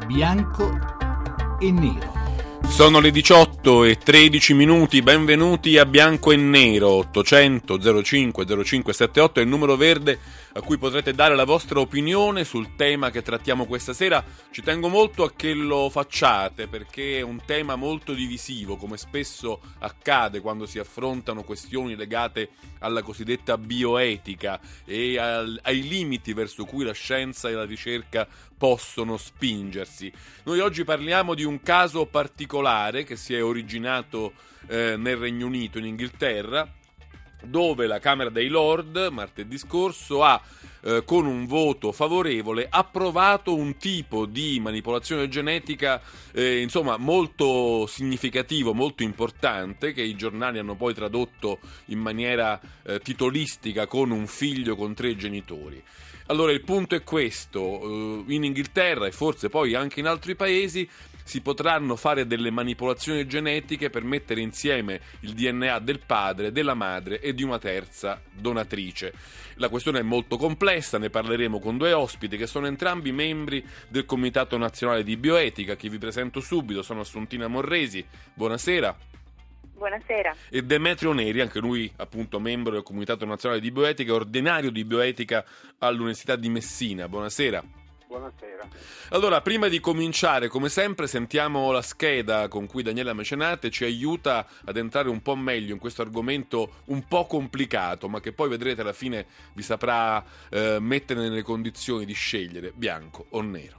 Bianco e nero. Sono le 18:13, benvenuti a Bianco e Nero. 800 05 0578 è il numero verde a cui potrete dare la vostra opinione sul tema che trattiamo questa sera. Ci tengo molto a che lo facciate, perché è un tema molto divisivo, come spesso accade quando si affrontano questioni legate alla cosiddetta bioetica e ai limiti verso cui la scienza e la ricerca possono spingersi. Noi oggi parliamo di un caso particolare che si è originato nel Regno Unito, in Inghilterra, dove la Camera dei Lord martedì scorso ha con un voto favorevole approvato un tipo di manipolazione genetica molto significativo, molto importante, che i giornali hanno poi tradotto in maniera titolistica con un figlio con 3 genitori. Allora il punto è questo: in Inghilterra e forse poi anche in altri paesi si potranno fare delle manipolazioni genetiche per mettere insieme il DNA del padre, della madre e di una terza donatrice. La questione è molto complessa, ne parleremo con 2 ospiti che sono entrambi membri del Comitato Nazionale di Bioetica, che vi presento subito. Sono Assuntina Morresi, buonasera. Buonasera. E Demetrio Neri, anche lui appunto membro del Comitato Nazionale di Bioetica, ordinario di bioetica all'Università di Messina. Buonasera. Buonasera. Allora, prima di cominciare, come sempre, sentiamo la scheda con cui Daniela Mecenate ci aiuta ad entrare un po' meglio in questo argomento un po' complicato, ma che poi vedrete alla fine vi saprà mettere nelle condizioni di scegliere bianco o nero.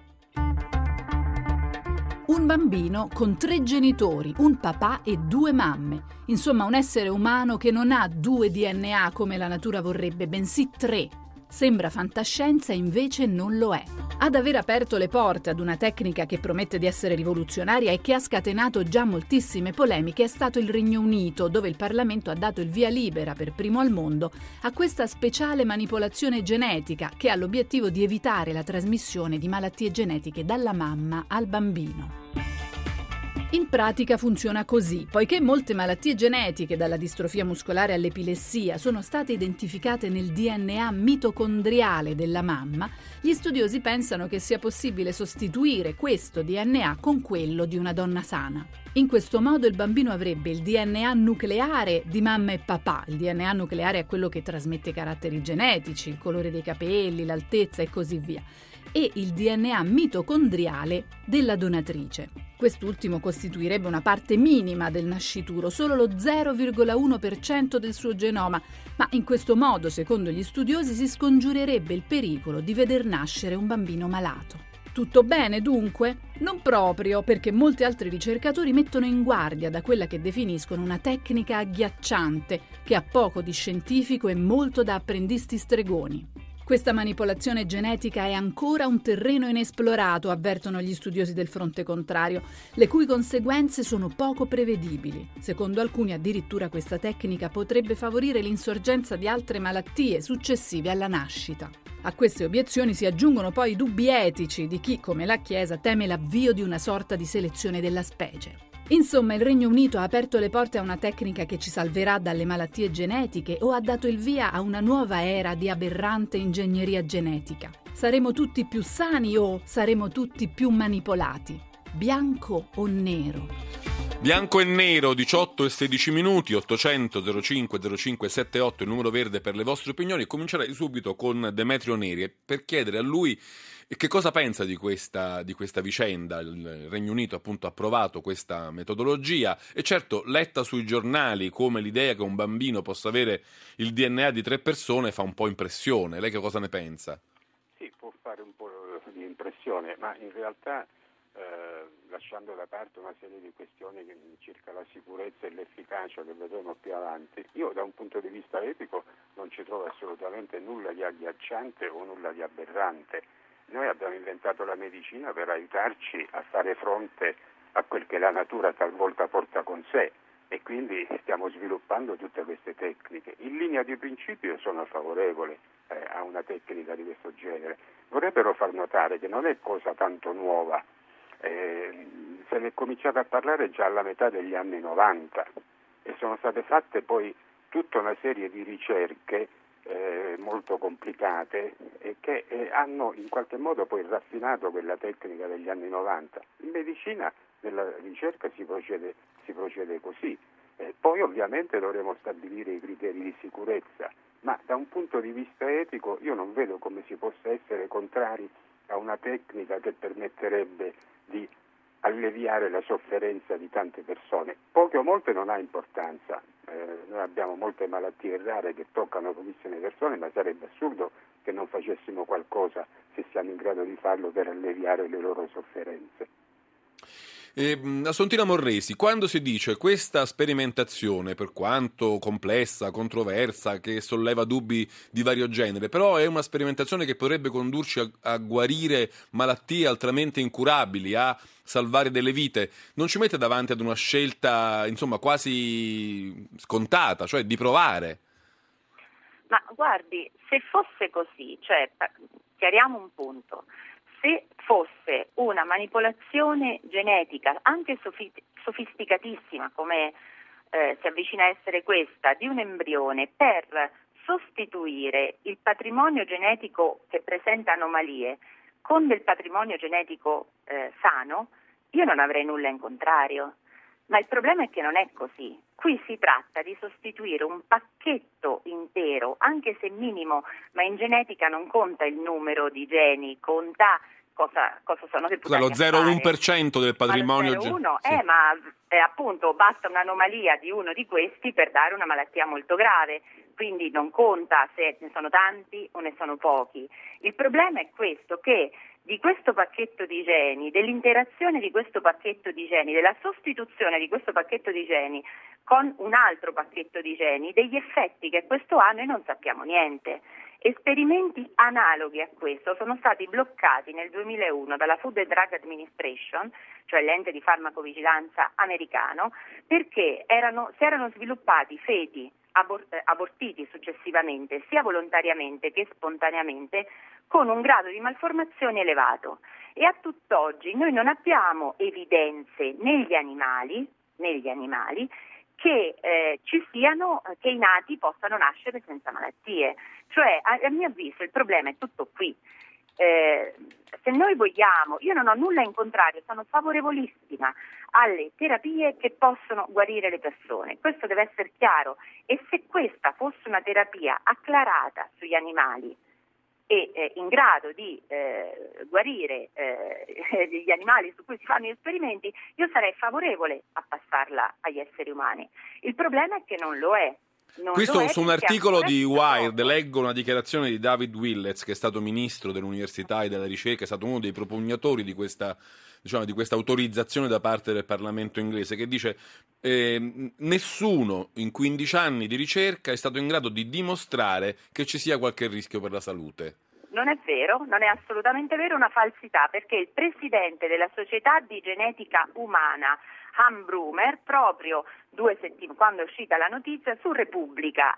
Un bambino con 3 genitori, un papà e 2 mamme. Insomma, un essere umano che non ha 2 DNA come la natura vorrebbe, bensì 3. Sembra fantascienza e invece non lo è. Ad aver aperto le porte ad una tecnica che promette di essere rivoluzionaria e che ha scatenato già moltissime polemiche è stato il Regno Unito, dove il Parlamento ha dato il via libera per primo al mondo a questa speciale manipolazione genetica che ha l'obiettivo di evitare la trasmissione di malattie genetiche dalla mamma al bambino. In pratica funziona così: poiché molte malattie genetiche, dalla distrofia muscolare all'epilessia, sono state identificate nel DNA mitocondriale della mamma, gli studiosi pensano che sia possibile sostituire questo DNA con quello di una donna sana. In questo modo il bambino avrebbe il DNA nucleare di mamma e papà. Il DNA nucleare è quello che trasmette i caratteri genetici, il colore dei capelli, l'altezza e così via, e il DNA mitocondriale della donatrice. Quest'ultimo costituirebbe una parte minima del nascituro, solo lo 0,1% del suo genoma, ma in questo modo, secondo gli studiosi, si scongiurerebbe il pericolo di veder nascere un bambino malato. Tutto bene, dunque? Non proprio, perché molti altri ricercatori mettono in guardia da quella che definiscono una tecnica agghiacciante, che ha poco di scientifico e molto da apprendisti stregoni. Questa manipolazione genetica è ancora un terreno inesplorato, avvertono gli studiosi del fronte contrario, le cui conseguenze sono poco prevedibili. Secondo alcuni, addirittura, questa tecnica potrebbe favorire l'insorgenza di altre malattie successive alla nascita. A queste obiezioni si aggiungono poi i dubbi etici di chi, come la Chiesa, teme l'avvio di una sorta di selezione della specie. Insomma, il Regno Unito ha aperto le porte a una tecnica che ci salverà dalle malattie genetiche o ha dato il via a una nuova era di aberrante ingegneria genetica. Saremo tutti più sani o saremo tutti più manipolati? Bianco o nero? Bianco e nero, 18:16, 800 05 0578, il numero verde per le vostre opinioni. Comincerei subito con Demetrio Neri per chiedere a lui che cosa pensa di questa vicenda. Il Regno Unito appunto ha approvato questa metodologia e certo, letta sui giornali come l'idea che un bambino possa avere il DNA di 3 persone fa un po' impressione. Lei che cosa ne pensa? Sì, può fare un po' di impressione, ma in realtà lasciando da parte una serie di questioni circa la sicurezza e l'efficacia che vedremo più avanti, io da un punto di vista etico non ci trovo assolutamente nulla di agghiacciante o nulla di aberrante. Noi abbiamo inventato la medicina per aiutarci a fare fronte a quel che la natura talvolta porta con sé e quindi stiamo sviluppando tutte queste tecniche. In linea di principio sono favorevole a una tecnica di questo genere. Vorrei però far notare che non è cosa tanto nuova. Se ne è cominciato a parlare già alla metà degli anni 90 e sono state fatte poi tutta una serie di ricerche molto complicate che hanno in qualche modo poi raffinato quella tecnica degli anni 90. In medicina, nella ricerca si procede così. Poi ovviamente dovremo stabilire i criteri di sicurezza, ma da un punto di vista etico io non vedo come si possa essere contrari a una tecnica che permetterebbe di alleviare la sofferenza di tante persone. Poche o molte non ha importanza, noi abbiamo molte malattie rare che toccano pochissime persone, ma sarebbe assurdo che non facessimo qualcosa, se siamo in grado di farlo, per alleviare le loro sofferenze. Assuntina Morresi, quando si dice questa sperimentazione, per quanto complessa, controversa, che solleva dubbi di vario genere, però è una sperimentazione che potrebbe condurci a guarire malattie altamente incurabili, a salvare delle vite, non ci mette davanti ad una scelta, insomma, quasi scontata, cioè di provare? Ma guardi, se fosse così, cioè chiariamo un punto. Se fosse una manipolazione genetica, anche sofisticatissima come si avvicina a essere questa, di un embrione per sostituire il patrimonio genetico che presenta anomalie con del patrimonio genetico sano, io non avrei nulla in contrario. Ma il problema è che non è così. Qui si tratta di sostituire un pacchetto intero, anche se minimo, ma in genetica non conta il numero di geni, conta cosa sono deputati lo a fare. 0,1% del patrimonio genetico. Sì. Appunto basta un'anomalia di uno di questi per dare una malattia molto grave, quindi non conta se ne sono tanti o ne sono pochi. Il problema è questo, che di questo pacchetto di geni, dell'interazione di questo pacchetto di geni, della sostituzione di questo pacchetto di geni con un altro pacchetto di geni, degli effetti che questo ha noi non sappiamo niente. Esperimenti analoghi a questo sono stati bloccati nel 2001 dalla Food and Drug Administration, cioè l'ente di farmacovigilanza americano, perché si erano sviluppati feti abortiti successivamente, sia volontariamente che spontaneamente, con un grado di malformazione elevato. E a tutt'oggi noi non abbiamo evidenze negli animali che che i nati possano nascere senza malattie. Cioè, a mio avviso, il problema è tutto qui. Se noi vogliamo, io non ho nulla in contrario, sono favorevolissima alle terapie che possono guarire le persone, questo deve essere chiaro, e se questa fosse una terapia acclarata sugli animali e in grado di guarire gli animali su cui si fanno gli esperimenti, io sarei favorevole a passarla agli esseri umani. Il problema è che non lo è. Questo su un articolo di Wired leggo una dichiarazione di David Willets, che è stato ministro dell'università e della ricerca, è stato uno dei propugnatori di questa autorizzazione da parte del Parlamento inglese, che dice nessuno in 15 anni di ricerca è stato in grado di dimostrare che ci sia qualche rischio per la salute. Non è vero, non è assolutamente vero, una falsità, perché il presidente della Società di Genetica Umana, Han Brumer, proprio 2 settimane, quando è uscita la notizia, su Repubblica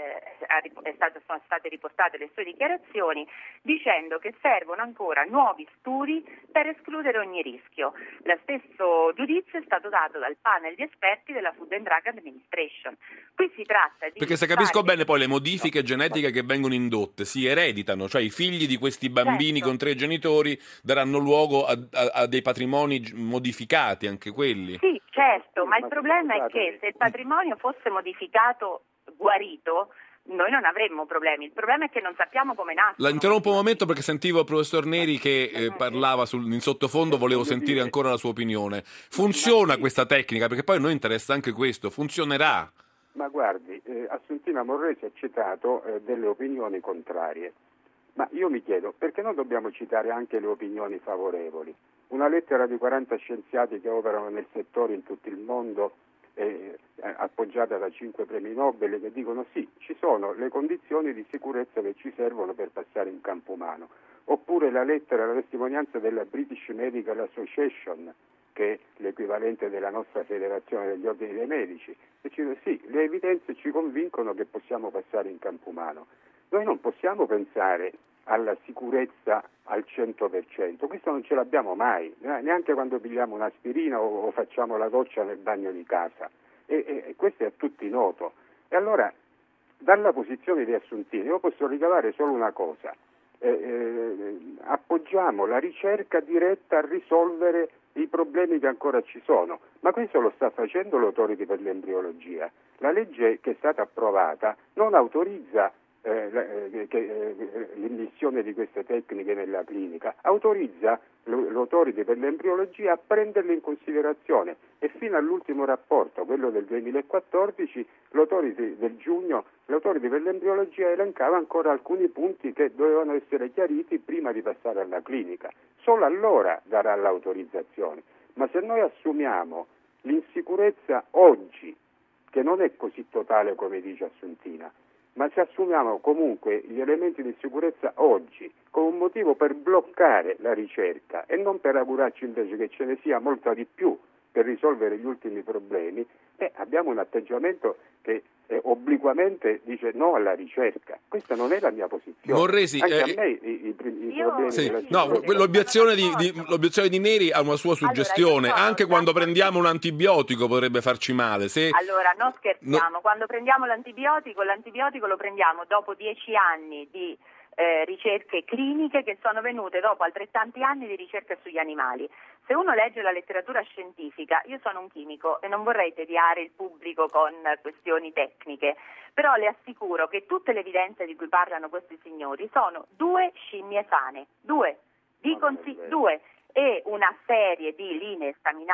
sono state riportate le sue dichiarazioni dicendo che servono ancora nuovi studi per escludere ogni rischio. Lo stesso giudizio è stato dato dal panel di esperti della Food and Drug Administration. Qui si tratta di... Perché se capisco bene poi le modifiche genetiche che vengono indotte si ereditano, cioè i figli di questi bambini con 3 genitori daranno luogo a dei patrimoni modificati, anche quelli. Sì, certo, ma il problema è che se il patrimonio fosse modificato, guarito, noi non avremmo problemi. Il problema è che non sappiamo come nascono. La interrompo un momento perché sentivo il professor Neri che parlava in sottofondo, volevo sentire ancora la sua opinione. Funziona questa tecnica? Perché poi a noi interessa anche questo, funzionerà? Ma guardi, Assuntina Morresi ha citato delle opinioni contrarie, ma io mi chiedo perché non dobbiamo citare anche le opinioni favorevoli? Una lettera di 40 scienziati che operano nel settore in tutto il mondo, appoggiata da 5 premi Nobel, che dicono sì, ci sono le condizioni di sicurezza che ci servono per passare in campo umano. Oppure la testimonianza della British Medical Association, che è l'equivalente della nostra federazione degli ordini dei medici, e ci dice sì, le evidenze ci convincono che possiamo passare in campo umano. Noi non possiamo pensare alla sicurezza al 100%, questo non ce l'abbiamo mai, neanche quando pigliamo un'aspirina o facciamo la doccia nel bagno di casa, e questo è a tutti noto. E allora, dalla posizione di Assuntini, io posso ricavare solo una cosa, appoggiamo la ricerca diretta a risolvere i problemi che ancora ci sono, ma questo lo sta facendo l'Authority per l'embriologia. La legge che è stata approvata non autorizza l'immissione di queste tecniche nella clinica, autorizza l'Authority per l'embriologia a prenderle in considerazione, e fino all'ultimo rapporto, quello del 2014, l'Authority del giugno, l'Authority per l'embriologia elencava ancora alcuni punti che dovevano essere chiariti prima di passare alla clinica. Solo allora darà l'autorizzazione. Ma se noi assumiamo l'insicurezza oggi, che non è così totale come dice Assuntina, ma se assumiamo comunque gli elementi di sicurezza oggi come un motivo per bloccare la ricerca e non per augurarci invece che ce ne sia molta di più per risolvere gli ultimi problemi, abbiamo un atteggiamento che obliquamente dice no alla ricerca. Questa non è la mia posizione. Morresi, anche a me i problemi della l'obiezione di Neri ha una sua suggestione. Allora, anche quando prendiamo un antibiotico potrebbe farci male. Allora, non scherziamo. Quando prendiamo l'antibiotico lo prendiamo dopo 10 anni di ricerche cliniche che sono venute dopo altrettanti anni di ricerche sugli animali. Se uno legge la letteratura scientifica, io sono un chimico e non vorrei tediare il pubblico con questioni tecniche, però le assicuro che tutte le evidenze di cui parlano questi signori sono 2 scimmie sane, 2, due, e una serie di linee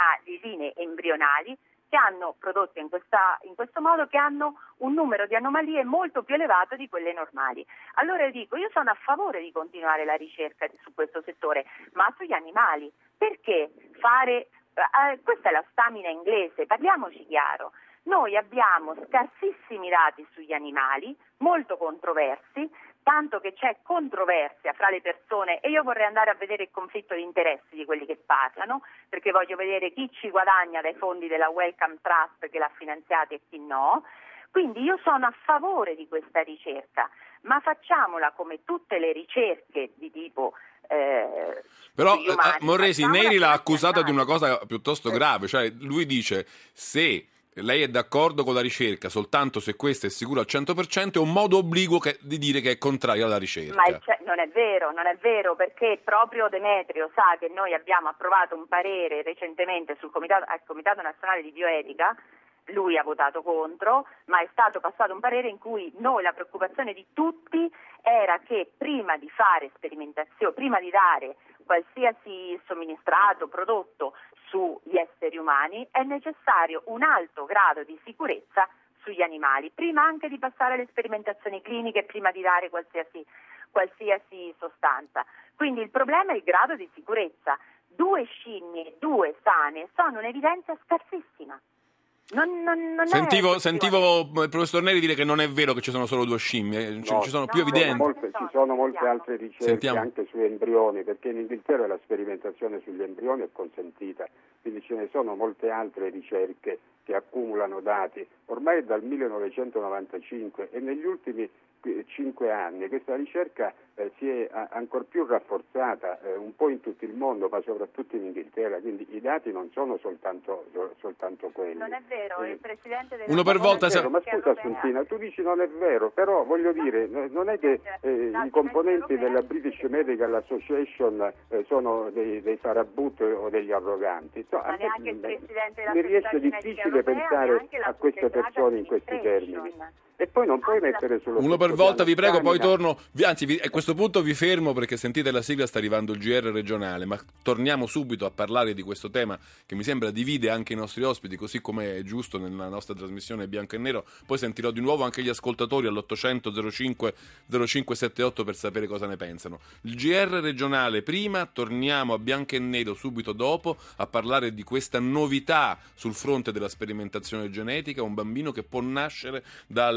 embrionali che hanno prodotte in questo modo, che hanno un numero di anomalie molto più elevato di quelle normali. Allora io sono a favore di continuare la ricerca su questo settore, ma sugli animali. Perché fare, questa è la stamina inglese, parliamoci chiaro. Noi abbiamo scarsissimi dati sugli animali, molto controversi, tanto che c'è controversia fra le persone, e io vorrei andare a vedere il conflitto di interessi di quelli che parlano, perché voglio vedere chi ci guadagna dai fondi della Wellcome Trust che l'ha finanziata e chi no. Quindi io sono a favore di questa ricerca, ma facciamola come tutte le ricerche di tipo però umani, Morresi, Neri l'ha accusata di una cosa piuttosto grave, cioè lui dice: se lei è d'accordo con la ricerca soltanto se questa è sicura al 100%, è un modo obliquo di dire che è contrario alla ricerca. Ma non è vero, perché proprio Demetrio sa che noi abbiamo approvato un parere recentemente al Comitato Nazionale di Bioetica. Lui ha votato contro, ma è stato passato un parere in cui la preoccupazione di tutti era che prima di fare sperimentazione, prima di dare qualsiasi somministrato, prodotto sugli esseri umani, è necessario un alto grado di sicurezza sugli animali, prima anche di passare alle sperimentazioni cliniche, prima di dare qualsiasi sostanza. Quindi il problema è il grado di sicurezza. 2 scimmie, 2 sane, sono un'evidenza scarsissima. Sentivo il professor Neri dire che non è vero che ci sono solo 2 scimmie, ci sono più evidenze. Ci sono molte altre ricerche anche su embrioni, perché in Inghilterra la sperimentazione sugli embrioni è consentita, quindi ce ne sono molte altre ricerche che accumulano dati. Ormai è dal 1995 e negli ultimi 5 anni questa ricerca si è ancor più rafforzata un po' in tutto il mondo, ma soprattutto in Inghilterra, quindi i dati non sono soltanto quelli. Non è vero, il presidente della... Uno per volta. Ma scusa Assuntina, tu dici non è vero, però voglio dire, non è che i componenti della British Medical Association sono dei farabut o degli arroganti. Ma neanche il presidente della mi riesce difficile pensare a queste persone in questi termini. E poi non puoi mettere sullo uno per volta, vi prego, poi torno. Anzi, a questo punto vi fermo perché sentite la sigla, sta arrivando il GR regionale, ma torniamo subito a parlare di questo tema che mi sembra divide anche i nostri ospiti, così come è giusto nella nostra trasmissione Bianco e Nero. Poi sentirò di nuovo anche gli ascoltatori all'800 05 0578 per sapere cosa ne pensano. Il GR regionale prima, torniamo a Bianco e Nero subito dopo a parlare di questa novità sul fronte della sperimentazione genetica, un bambino che può nascere dalla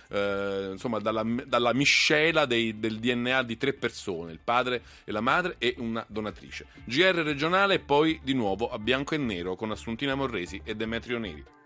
miscela del DNA di 3 persone, il padre e la madre e una donatrice. GR regionale e poi di nuovo a Bianco e Nero con Assuntina Morresi e Demetrio Neri.